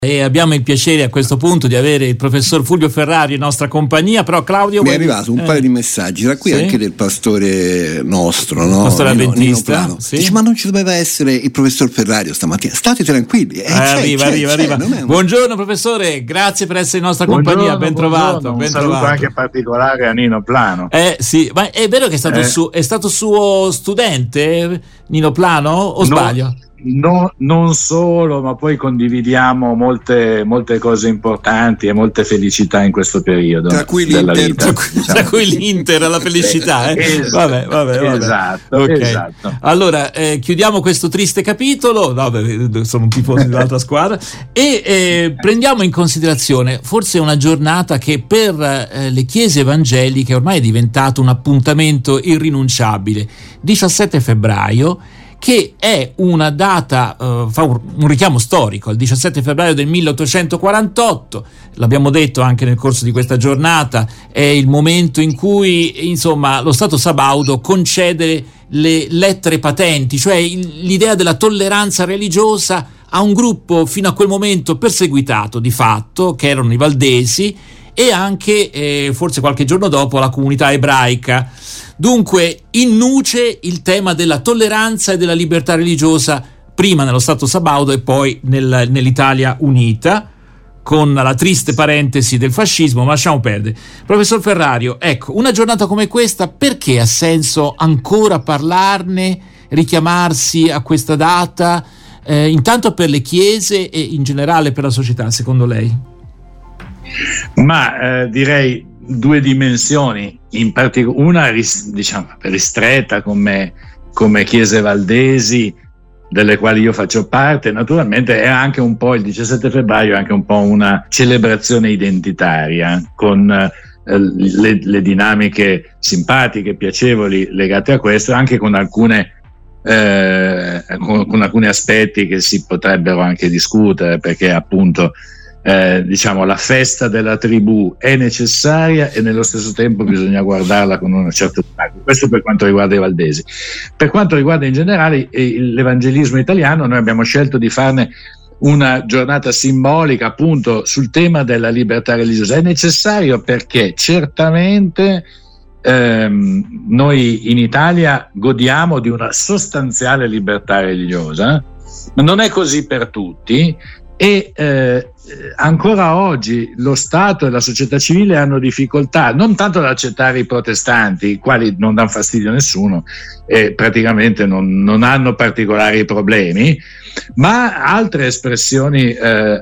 E abbiamo il piacere a questo punto di avere il professor Fulvio Ferrario in nostra compagnia, però Claudio... Mi è arrivato un paio di messaggi, tra cui anche del pastore nostro, no? Pastore Adventista, sì? Dice, ma non ci doveva essere il professor Ferrario stamattina? State tranquilli. Arriva. Buongiorno professore, grazie per essere in nostra compagnia, ben trovato. Un saluto anche particolare a Nino Plano. Sì, ma è vero che è stato suo studente Nino Plano o sbaglio? No, non solo, ma poi condividiamo molte cose importanti e molte felicità in questo periodo tra cui della vita. Tra cui l'Inter, la felicità. Vabbè. Esatto, okay. Esatto. Allora, chiudiamo questo triste capitolo. Sono un tifoso dell'altra squadra. E prendiamo in considerazione forse una giornata che per le chiese evangeliche ormai è diventato un appuntamento irrinunciabile. 17 febbraio, che è una data, fa un richiamo storico al 17 febbraio del 1848, l'abbiamo detto anche nel corso di questa giornata, è il momento in cui insomma lo Stato sabaudo concede le lettere patenti, cioè l'idea della tolleranza religiosa a un gruppo fino a quel momento perseguitato di fatto, che erano i valdesi, e anche forse qualche giorno dopo la comunità ebraica. Dunque in nuce il tema della tolleranza e della libertà religiosa, prima nello Stato sabaudo e poi nell'Italia unita, con la triste parentesi del fascismo, ma lasciamo perdere. Professor Ferrario, ecco, una giornata come questa, perché ha senso ancora parlarne, richiamarsi a questa data, intanto per le chiese e in generale per la società, secondo lei? Ma direi due dimensioni, in particolare una ristretta come chiese valdesi, delle quali io faccio parte. Naturalmente è anche un po' il 17 febbraio, è anche un po' una celebrazione identitaria, con le dinamiche simpatiche, piacevoli legate a questo, anche con alcune aspetti che si potrebbero anche discutere, perché appunto la festa della tribù è necessaria e nello stesso tempo bisogna guardarla con una certa distacco. Questo per quanto riguarda i valdesi. Per quanto riguarda in generale l'evangelismo italiano, noi abbiamo scelto di farne una giornata simbolica appunto sul tema della libertà religiosa. È necessario perché certamente noi in Italia godiamo di una sostanziale libertà religiosa, ma non è così per tutti. E ancora oggi lo Stato e la società civile hanno difficoltà non tanto ad accettare i protestanti, i quali non danno fastidio a nessuno e praticamente non hanno particolari problemi, ma altre espressioni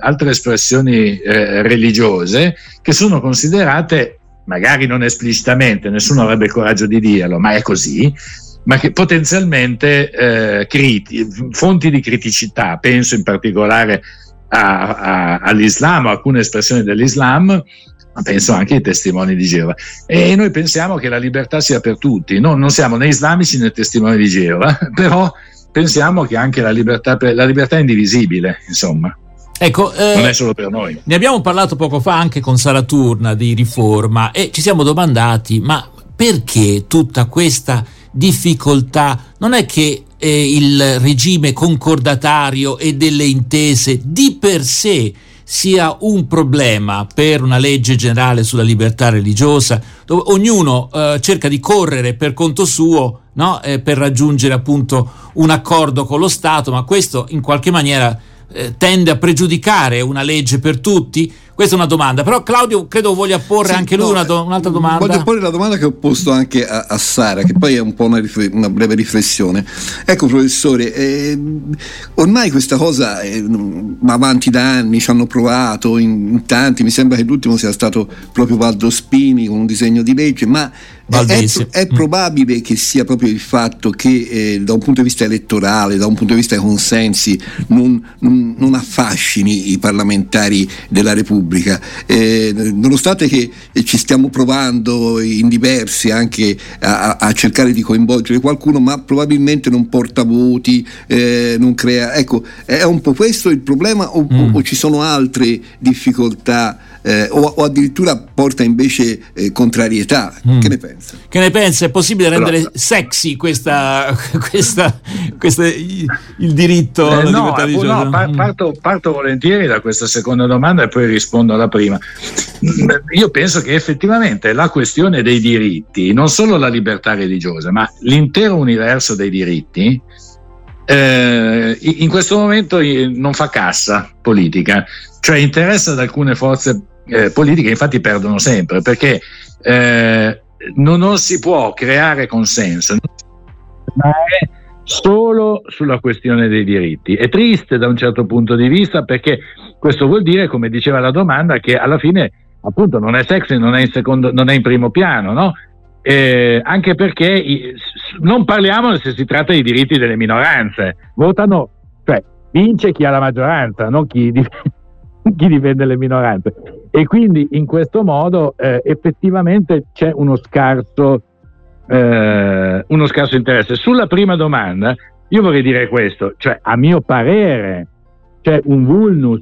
religiose che sono considerate, magari non esplicitamente, nessuno avrebbe il coraggio di dirlo, ma è così, ma che potenzialmente fonti di criticità. Penso in particolare all'Islam, o alcune espressioni dell'Islam, ma penso anche ai testimoni di Geova. E noi pensiamo che la libertà sia per tutti. Non siamo né islamici né testimoni di Geova, però pensiamo che anche la libertà è indivisibile, insomma. Ecco, non è solo per noi. Ne abbiamo parlato poco fa anche con Sara Turna di riforma e ci siamo domandati: ma perché tutta questa difficoltà? Non è che il regime concordatario e delle intese di per sé sia un problema per una legge generale sulla libertà religiosa, dove ognuno cerca di correre per conto suo, no? Per raggiungere appunto un accordo con lo Stato, ma questo in qualche maniera tende a pregiudicare una legge per tutti? Questa è una domanda, però Claudio credo voglia porre anche lui un'altra domanda. Voglio porre la domanda che ho posto anche a Sara, che poi è un po' una breve riflessione. Ecco professore, ormai questa cosa va avanti da anni, ci hanno provato in tanti, mi sembra che l'ultimo sia stato proprio Valdo Spini con un disegno di legge, ma è probabile che sia proprio il fatto che da un punto di vista elettorale, da un punto di vista dei consensi, non affascini i parlamentari della Repubblica. Repubblica, nonostante che ci stiamo provando in diversi anche a cercare di coinvolgere qualcuno, ma probabilmente non porta voti, non crea, ecco, è un po' questo il problema, o ci sono altre difficoltà, o addirittura porta invece contrarietà? Che ne pensa? Che ne pensa? È possibile rendere sexy questa il diritto alla libertà di gioco? Parto volentieri da questa seconda domanda e poi rispondo alla prima. Io penso che effettivamente la questione dei diritti, non solo la libertà religiosa, ma l'intero universo dei diritti, in questo momento non fa cassa politica, cioè interessa ad alcune forze politiche, infatti perdono sempre, perché non si può creare consenso, ma è solo sulla questione dei diritti. È triste da un certo punto di vista, perché questo vuol dire, come diceva la domanda, che alla fine appunto non è sexy, non è in primo piano, no? Anche perché non parliamo se si tratta di diritti delle minoranze, votano, cioè vince chi ha la maggioranza, non chi difende le minoranze, e quindi in questo modo effettivamente c'è uno scarso interesse. Sulla prima domanda io vorrei dire questo, cioè a mio parere c'è un vulnus,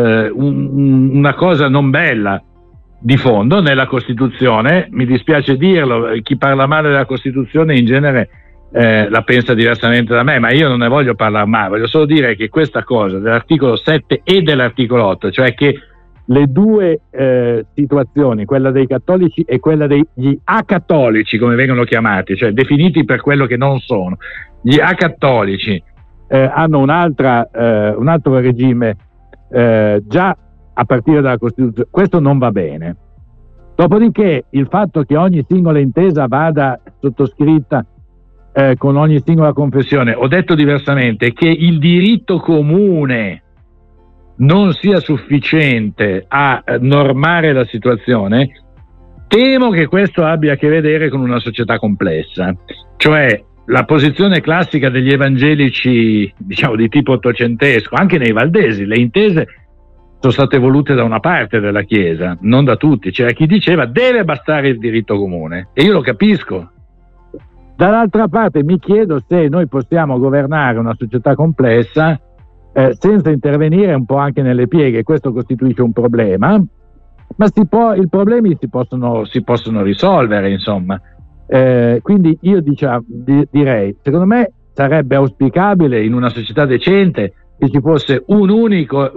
una cosa non bella di fondo nella Costituzione. Mi dispiace dirlo, chi parla male della Costituzione in genere la pensa diversamente da me, ma io non ne voglio parlare male, voglio solo dire che questa cosa dell'articolo 7 e dell'articolo 8, cioè che le due situazioni, quella dei cattolici e quella degli acattolici, come vengono chiamati, cioè definiti per quello che non sono, gli acattolici hanno un altro regime già a partire dalla Costituzione. Questo non va bene. Dopodiché il fatto che ogni singola intesa vada sottoscritta con ogni singola confessione, ho detto diversamente, che il diritto comune non sia sufficiente a normare la situazione, temo che questo abbia a che vedere con una società complessa, cioè la posizione classica degli evangelici, diciamo di tipo ottocentesco, anche nei valdesi, le intese sono state volute da una parte della Chiesa, non da tutti. C'era chi diceva deve bastare il diritto comune, e io lo capisco. Dall'altra parte mi chiedo se noi possiamo governare una società complessa senza intervenire un po' anche nelle pieghe. Questo costituisce un problema, ma i problemi si possono risolvere, insomma. Quindi io direi, secondo me sarebbe auspicabile in una società decente che ci fosse un unico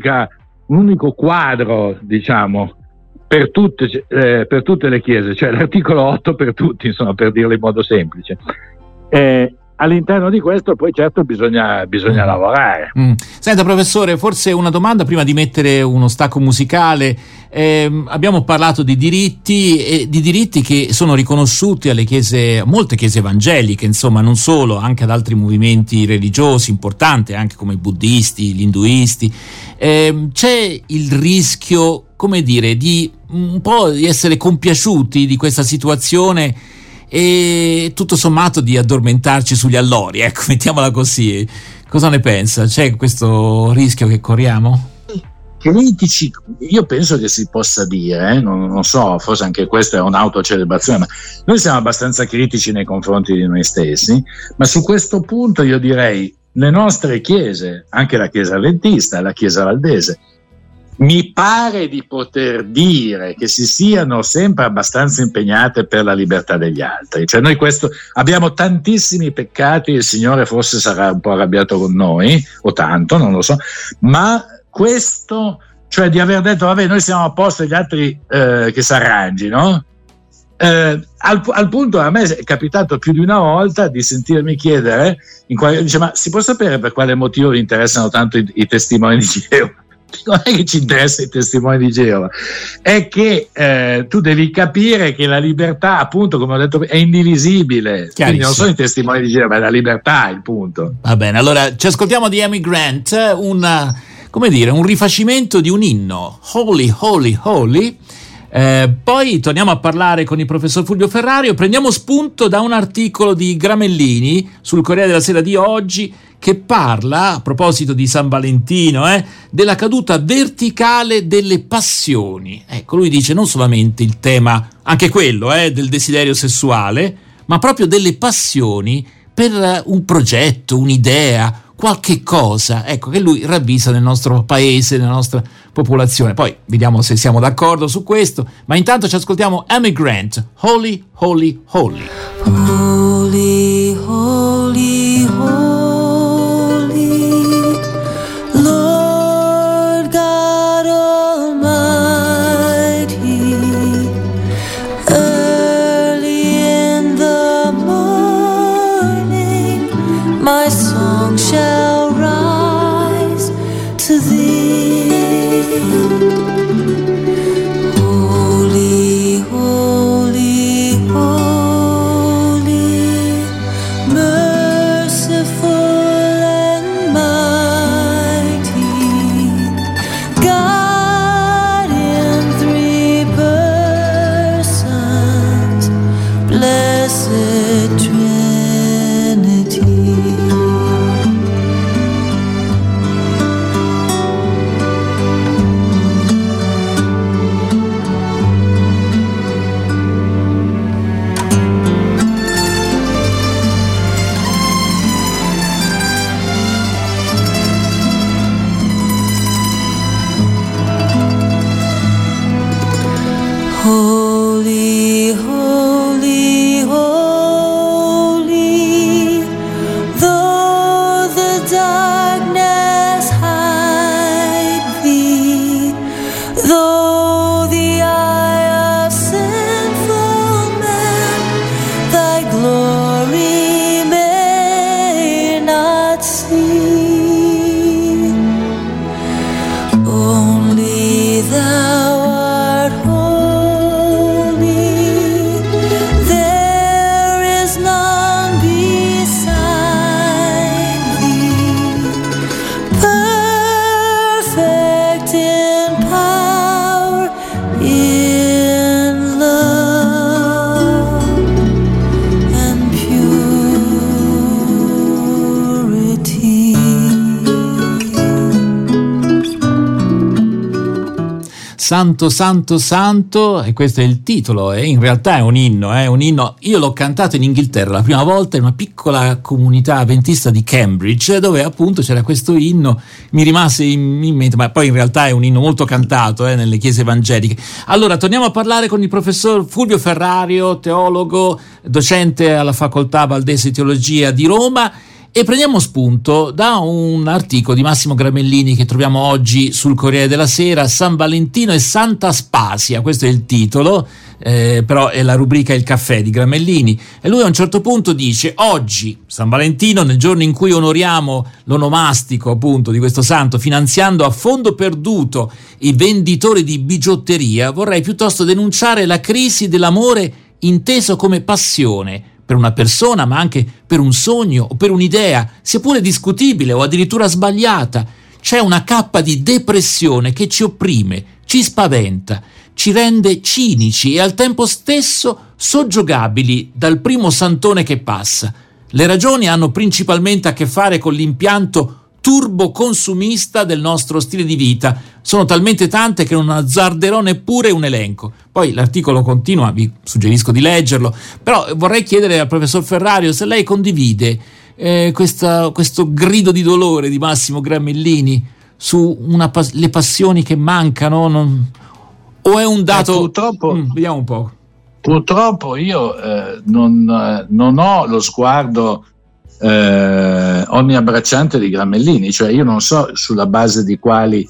quadro, diciamo, per tutte le chiese, cioè l'articolo 8 per tutti, insomma, per dirlo in modo semplice. All'interno di questo poi certo bisogna lavorare. Senta professore, forse una domanda prima di mettere uno stacco musicale. Abbiamo parlato di diritti che sono riconosciuti alle chiese, molte chiese evangeliche, insomma, non solo, anche ad altri movimenti religiosi importanti, anche come i buddisti, gli induisti. C'è il rischio, come dire, di un po' di essere compiaciuti di questa situazione e tutto sommato di addormentarci sugli allori, ecco, mettiamola così. Cosa ne pensa? C'è questo rischio che corriamo? Critici, io penso che si possa dire, non so, forse anche questa è un'autocelebrazione, ma noi siamo abbastanza critici nei confronti di noi stessi, ma su questo punto io direi le nostre chiese, anche la chiesa adventista e la chiesa valdese, mi pare di poter dire che si siano sempre abbastanza impegnate per la libertà degli altri. Cioè noi abbiamo tantissimi peccati, il Signore forse sarà un po' arrabbiato con noi, o tanto, non lo so, ma questo, cioè di aver detto vabbè noi siamo a posto, gli altri che si arrangino, al punto a me è capitato più di una volta di sentirmi chiedere, dice, ma si può sapere per quale motivo vi interessano tanto i testimoni di Geova? Non è che ci interessa i testimoni di Geova, è che tu devi capire che la libertà, appunto, come ho detto, è indivisibile. Quindi non sono i testimoni di Geova, è la libertà il punto. Va bene, allora ci ascoltiamo di Amy Grant un rifacimento di un inno, Holy, Holy, Holy. Poi torniamo a parlare con il professor Fulvio Ferrario. Prendiamo spunto da un articolo di Gramellini sul Corriere della Sera di oggi che parla, a proposito di San Valentino, della caduta verticale delle passioni. Ecco, lui dice non solamente il tema, anche quello del desiderio sessuale, ma proprio delle passioni per un progetto, un'idea, qualche cosa, ecco, che lui ravvisa nel nostro paese, nella nostra popolazione. Poi vediamo se siamo d'accordo su questo, ma intanto ci ascoltiamo Amy Grant, Holy, Holy, Holy. Holy, holy, holy, Lord God Almighty, early in the morning, my song shall rise to thee. Holy, holy, holy, merciful and mighty, God in three persons, blessed Trinity. Holy, holy, holy, though the darkness hide thee, though the eye of sinful man thy glory may not see, only thou art holy, there is none beside thee, perfect in power, in love and purity. Santo, santo, santo, e questo è il titolo, in realtà è un inno. Io l'ho cantato in Inghilterra la prima volta in una piccola comunità avventista di Cambridge, dove appunto c'era questo inno, mi rimase in mente, ma poi in realtà è un inno molto cantato nelle chiese evangeliche. Allora, torniamo a parlare con il professor Fulvio Ferrario, teologo, docente alla Facoltà Valdese di Teologia di Roma. E prendiamo spunto da un articolo di Massimo Gramellini che troviamo oggi sul Corriere della Sera, San Valentino e Santa Spasia, questo è il titolo, però è la rubrica Il caffè di Gramellini, e lui a un certo punto dice: oggi, San Valentino, nel giorno in cui onoriamo l'onomastico appunto di questo santo, finanziando a fondo perduto i venditori di bigiotteria, vorrei piuttosto denunciare la crisi dell'amore inteso come passione, per una persona, ma anche per un sogno o per un'idea, sia pure discutibile o addirittura sbagliata. C'è una cappa di depressione che ci opprime, ci spaventa, ci rende cinici e al tempo stesso soggiogabili dal primo santone che passa. Le ragioni hanno principalmente a che fare con l'impianto turboconsumista del nostro stile di vita. Sono talmente tante che non azzarderò neppure un elenco. Poi l'articolo continua, vi suggerisco di leggerlo, però vorrei chiedere al professor Ferrario se lei condivide questo grido di dolore di Massimo Gramellini su le passioni che mancano, o è un dato... Purtroppo, vediamo un po'. Purtroppo io non ho lo sguardo onniabbracciante di Gramellini, cioè io non so sulla base di quali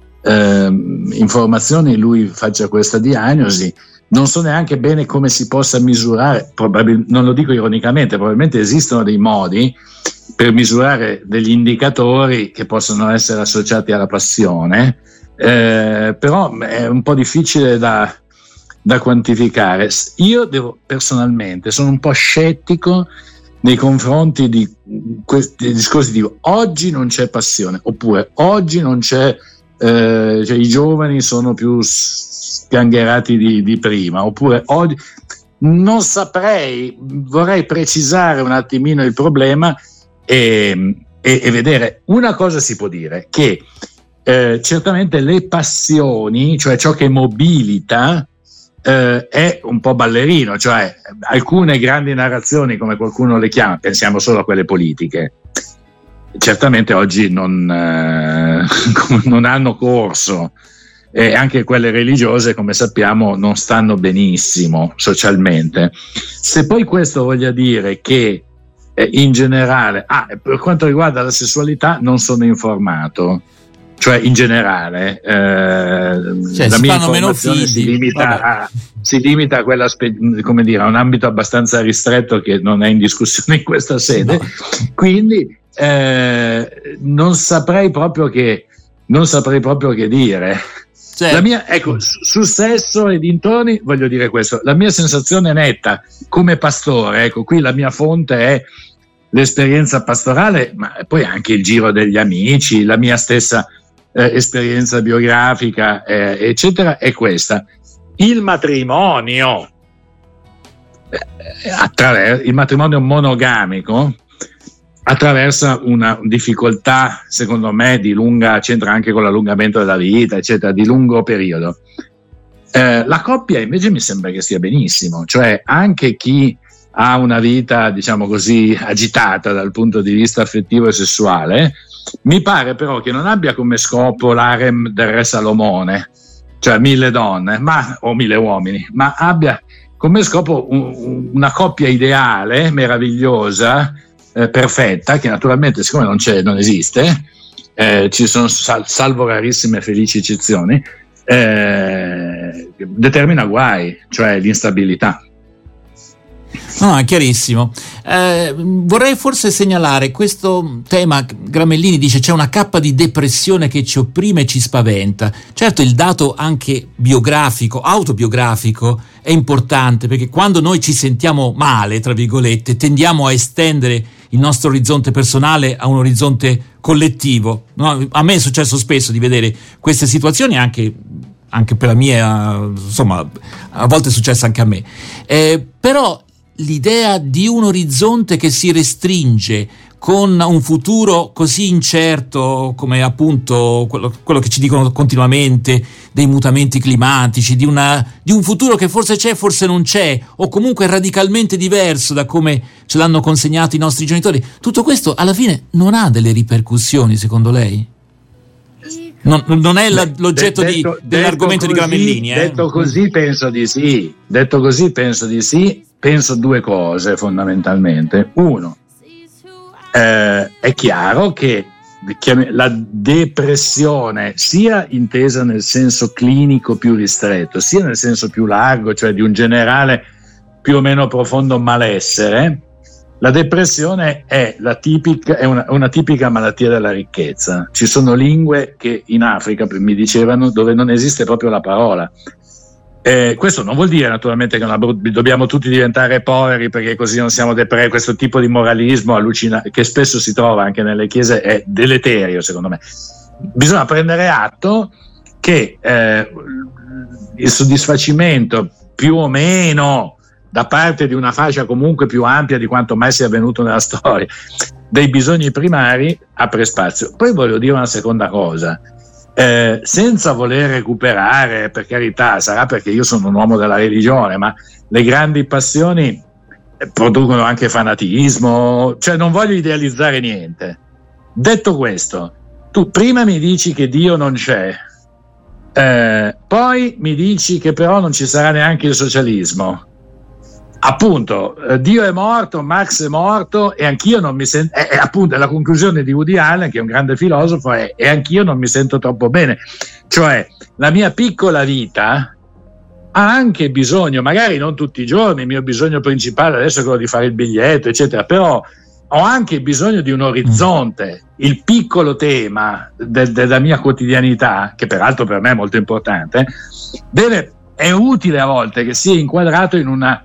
informazioni lui faccia questa diagnosi, non so neanche bene come si possa misurare, non lo dico ironicamente, probabilmente esistono dei modi per misurare degli indicatori che possono essere associati alla passione, però è un po' difficile da quantificare. Io personalmente sono un po' scettico nei confronti di questi discorsi di oggi non c'è passione, oppure oggi non c'è, cioè i giovani sono più sgangherati di prima, oppure oggi non saprei, vorrei precisare un attimino il problema e e vedere. Una cosa si può dire, che certamente le passioni, cioè ciò che mobilita, è un po' ballerino, cioè alcune grandi narrazioni, come qualcuno le chiama, pensiamo solo a quelle politiche, certamente oggi non hanno corso, e anche quelle religiose, come sappiamo, non stanno benissimo socialmente. Se poi questo voglia dire che in generale, per quanto riguarda la sessualità non sono informato, cioè in generale la mia informazione si limita a quella come dire, a un ambito abbastanza ristretto che non è in discussione in questa sede, quindi non saprei proprio che dire. La mia, ecco, su sesso e dintorni voglio dire questo, la mia sensazione netta come pastore, ecco, qui la mia fonte è l'esperienza pastorale, ma poi anche il giro degli amici, la mia stessa esperienza biografica, eccetera, è questa. Il matrimonio, il matrimonio monogamico, attraversa una difficoltà, secondo me, c'entra anche con l'allungamento della vita, eccetera, di lungo periodo. La coppia invece mi sembra che stia benissimo, cioè anche chi ha una vita, diciamo così, agitata dal punto di vista affettivo e sessuale, mi pare però che non abbia come scopo l'harem del re Salomone, cioè 1000 donne o 1000 uomini, ma abbia come scopo una coppia ideale, meravigliosa, perfetta, che naturalmente siccome non esiste, ci sono salvo rarissime felici eccezioni, determina guai, cioè l'instabilità. No, è chiarissimo. Vorrei forse segnalare questo tema. Gramellini dice c'è una cappa di depressione che ci opprime e ci spaventa. Certo, il dato anche biografico, autobiografico è importante, perché quando noi ci sentiamo male, tra virgolette, tendiamo a estendere il nostro orizzonte personale a un orizzonte collettivo, no? A me è successo spesso di vedere queste situazioni, anche per la mia, insomma, a volte è successo anche a me, però l'idea di un orizzonte che si restringe con un futuro così incerto come appunto quello che ci dicono continuamente dei mutamenti climatici, di un futuro che forse c'è, forse non c'è, o comunque radicalmente diverso da come ce l'hanno consegnato i nostri genitori, tutto questo alla fine non ha delle ripercussioni, secondo lei? Non è l'oggetto dell'argomento così, di Gramellini. Detto così penso di sì. Penso due cose fondamentalmente. Uno, è chiaro che la depressione, sia intesa nel senso clinico più ristretto, sia nel senso più largo, cioè di un generale più o meno profondo malessere, la depressione è una tipica malattia della ricchezza. Ci sono lingue che in Africa, mi dicevano, dove non esiste proprio la parola. Questo non vuol dire naturalmente che dobbiamo tutti diventare poveri perché così non siamo depressi. Questo tipo di moralismo che spesso si trova anche nelle chiese è deleterio, secondo me. Bisogna prendere atto che il soddisfacimento più o meno da parte di una fascia comunque più ampia di quanto mai sia avvenuto nella storia dei bisogni primari apre spazio. Poi voglio dire una seconda cosa. Senza voler recuperare, per carità, sarà perché io sono un uomo della religione, ma le grandi passioni producono anche fanatismo, cioè non voglio idealizzare niente. Detto questo, tu prima mi dici che Dio non c'è, poi mi dici che però non ci sarà neanche il socialismo. Appunto, Dio è morto, Marx è morto e anch'io non mi sento, appunto è la conclusione di Woody Allen, che è un grande filosofo, e anch'io non mi sento troppo bene. Cioè, la mia piccola vita ha anche bisogno, magari non tutti i giorni, il mio bisogno principale adesso è quello di fare il biglietto, eccetera, però ho anche bisogno di un orizzonte. Il piccolo tema della mia quotidianità, che peraltro per me è molto importante, è utile a volte che sia inquadrato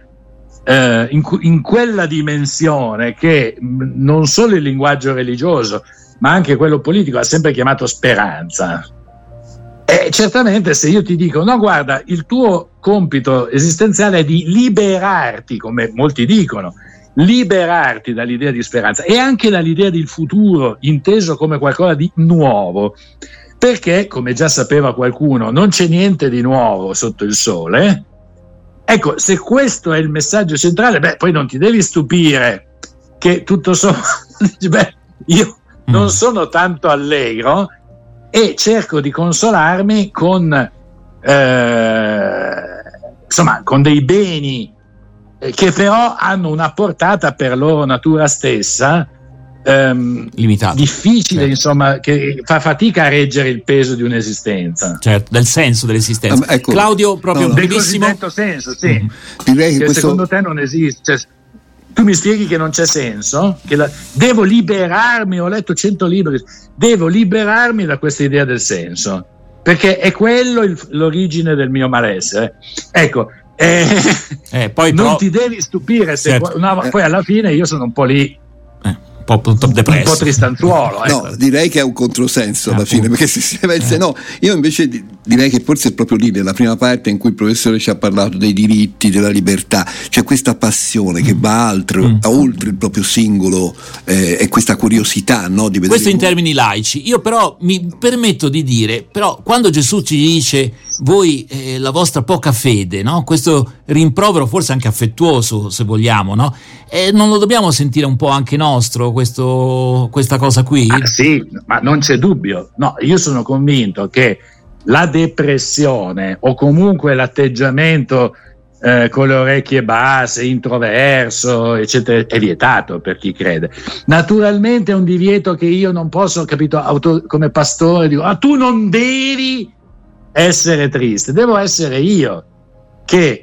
in quella dimensione che non solo il linguaggio religioso ma anche quello politico ha sempre chiamato speranza. E certamente se io ti dico no, guarda, il tuo compito esistenziale è di liberarti, come molti dicono, liberarti dall'idea di speranza e anche dall'idea del futuro inteso come qualcosa di nuovo, perché, come già sapeva qualcuno, non c'è niente di nuovo sotto il sole. Ecco, se questo è il messaggio centrale, poi non ti devi stupire che tutto sommato io non sono tanto allegro e cerco di consolarmi con con dei beni che però hanno una portata per loro natura stessa limitata, difficile, insomma, che fa fatica a reggere il peso di un'esistenza, certo, del senso dell'esistenza. Ecco, Claudio, proprio del brevissimo. cosiddetto senso, sì. Direi che Secondo te non esiste, cioè, tu mi spieghi che non c'è senso, devo liberarmi, ho letto 100 libri, devo liberarmi da questa idea del senso, perché è quello l'origine del mio malessere. Ecco, poi non però, ti devi stupire se certo. poi alla fine io sono un po' lì, un po' depresso, un po' tristanzuolo. No, direi che è un controsenso alla fine, perché se si pensa no, io invece direi che forse è proprio lì nella prima parte in cui il professore ci ha parlato dei diritti, della libertà, c'è questa passione che va oltre il proprio singolo e questa curiosità, no, di vedere questo in termini laici. Io però mi permetto di dire, però quando Gesù ci dice voi la vostra poca fede, no? Questo rimprovero forse anche affettuoso, se vogliamo, no? Non lo dobbiamo sentire un po' anche nostro, questa cosa qui? Sì, ma non c'è dubbio. No, io sono convinto che la depressione o comunque l'atteggiamento con le orecchie basse, introverso, eccetera, è vietato per chi crede. Naturalmente è un divieto che io non posso, capito, come pastore dico, tu non devi essere triste, devo essere io che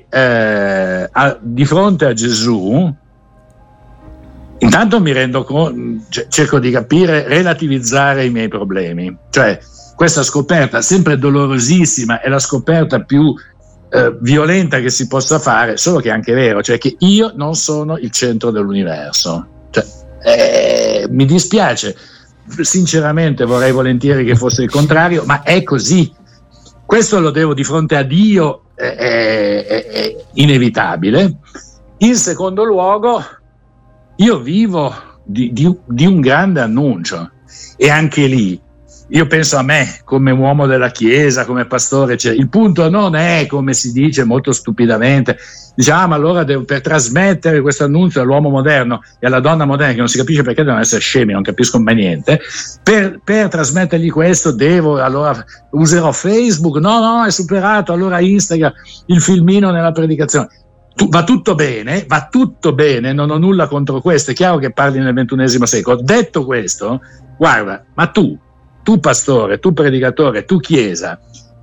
di fronte a Gesù intanto mi rendo conto, cerco di capire, relativizzare i miei problemi, cioè questa scoperta sempre dolorosissima è la scoperta più violenta che si possa fare, solo che è anche vero, cioè che io non sono il centro dell'universo, cioè, mi dispiace, sinceramente vorrei volentieri che fosse il contrario, ma è così. Questo lo devo di fronte a Dio, è inevitabile. In secondo luogo, io vivo di un grande annuncio, e anche lì io penso a me come uomo della Chiesa, come pastore, cioè, il punto non è, come si dice molto stupidamente, diciamo, ma allora per trasmettere questo annuncio all'uomo moderno e alla donna moderna, che non si capisce perché devono essere scemi, non capiscono mai niente, per trasmettergli questo allora userò Facebook, no, è superato, allora Instagram, il filmino nella predicazione. Va tutto bene, non ho nulla contro questo, è chiaro che parli nel XXI secolo. Detto questo, guarda, ma tu pastore, tu predicatore, tu chiesa,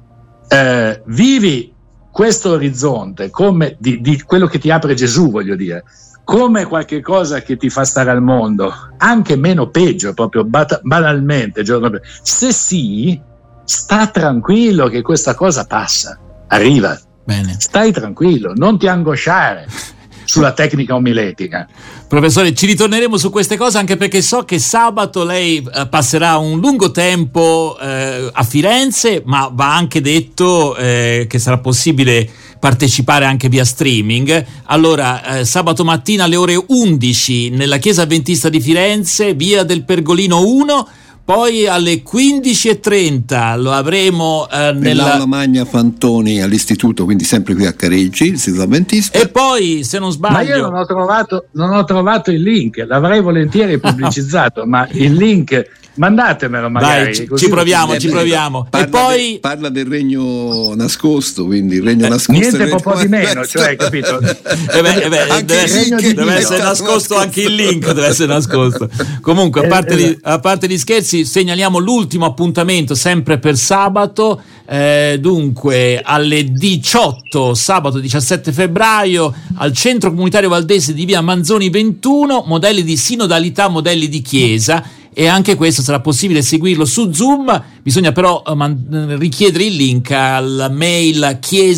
vivi questo orizzonte come di quello che ti apre Gesù, voglio dire, come qualche cosa che ti fa stare al mondo, anche meno peggio, proprio banalmente, giorno per giorno. Se sì, sta tranquillo che questa cosa passa, arriva. Bene. Stai tranquillo, non ti angosciare sulla tecnica omiletica. Professore, ci ritorneremo su queste cose, anche perché so che sabato lei passerà un lungo tempo a Firenze, ma va anche detto che sarà possibile partecipare anche via streaming. Allora, sabato mattina alle ore 11 nella Chiesa Adventista di Firenze, via del Pergolino 1, poi alle 15:30 lo avremo nell'aula magna Fantoni all'istituto, quindi sempre qui a Careggi, l'Istituto Adventista. E poi, se non sbaglio, ma io non ho trovato il link, l'avrei volentieri pubblicizzato, ma il link mandatemelo magari. Dai, ci proviamo. E poi parla del regno nascosto, quindi il regno nascosto niente po' di meno, cioè, capito? Deve essere nascosto anche il link, deve essere nascosto. Comunque, a parte gli scherzi, segnaliamo l'ultimo appuntamento sempre per sabato, dunque alle 18, sabato 17 febbraio al Centro Comunitario Valdese di via Manzoni 21, modelli di sinodalità, modelli di chiesa. E anche questo sarà possibile seguirlo su Zoom, bisogna però richiedere il link alla mail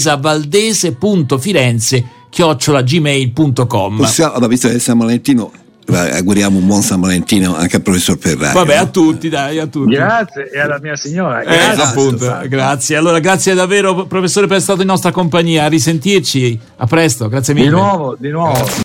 chiesavaldese.firenze@gmail.com. Possiamo, visto che è San Valentino, auguriamo un buon San Valentino anche al professor Ferrari. Vabbè, a tutti, dai, a tutti. Grazie, e alla mia signora. Grazie, appunto, grazie. Allora, grazie davvero, professore, per essere stato in nostra compagnia. A risentirci, a presto, grazie mille. Di nuovo.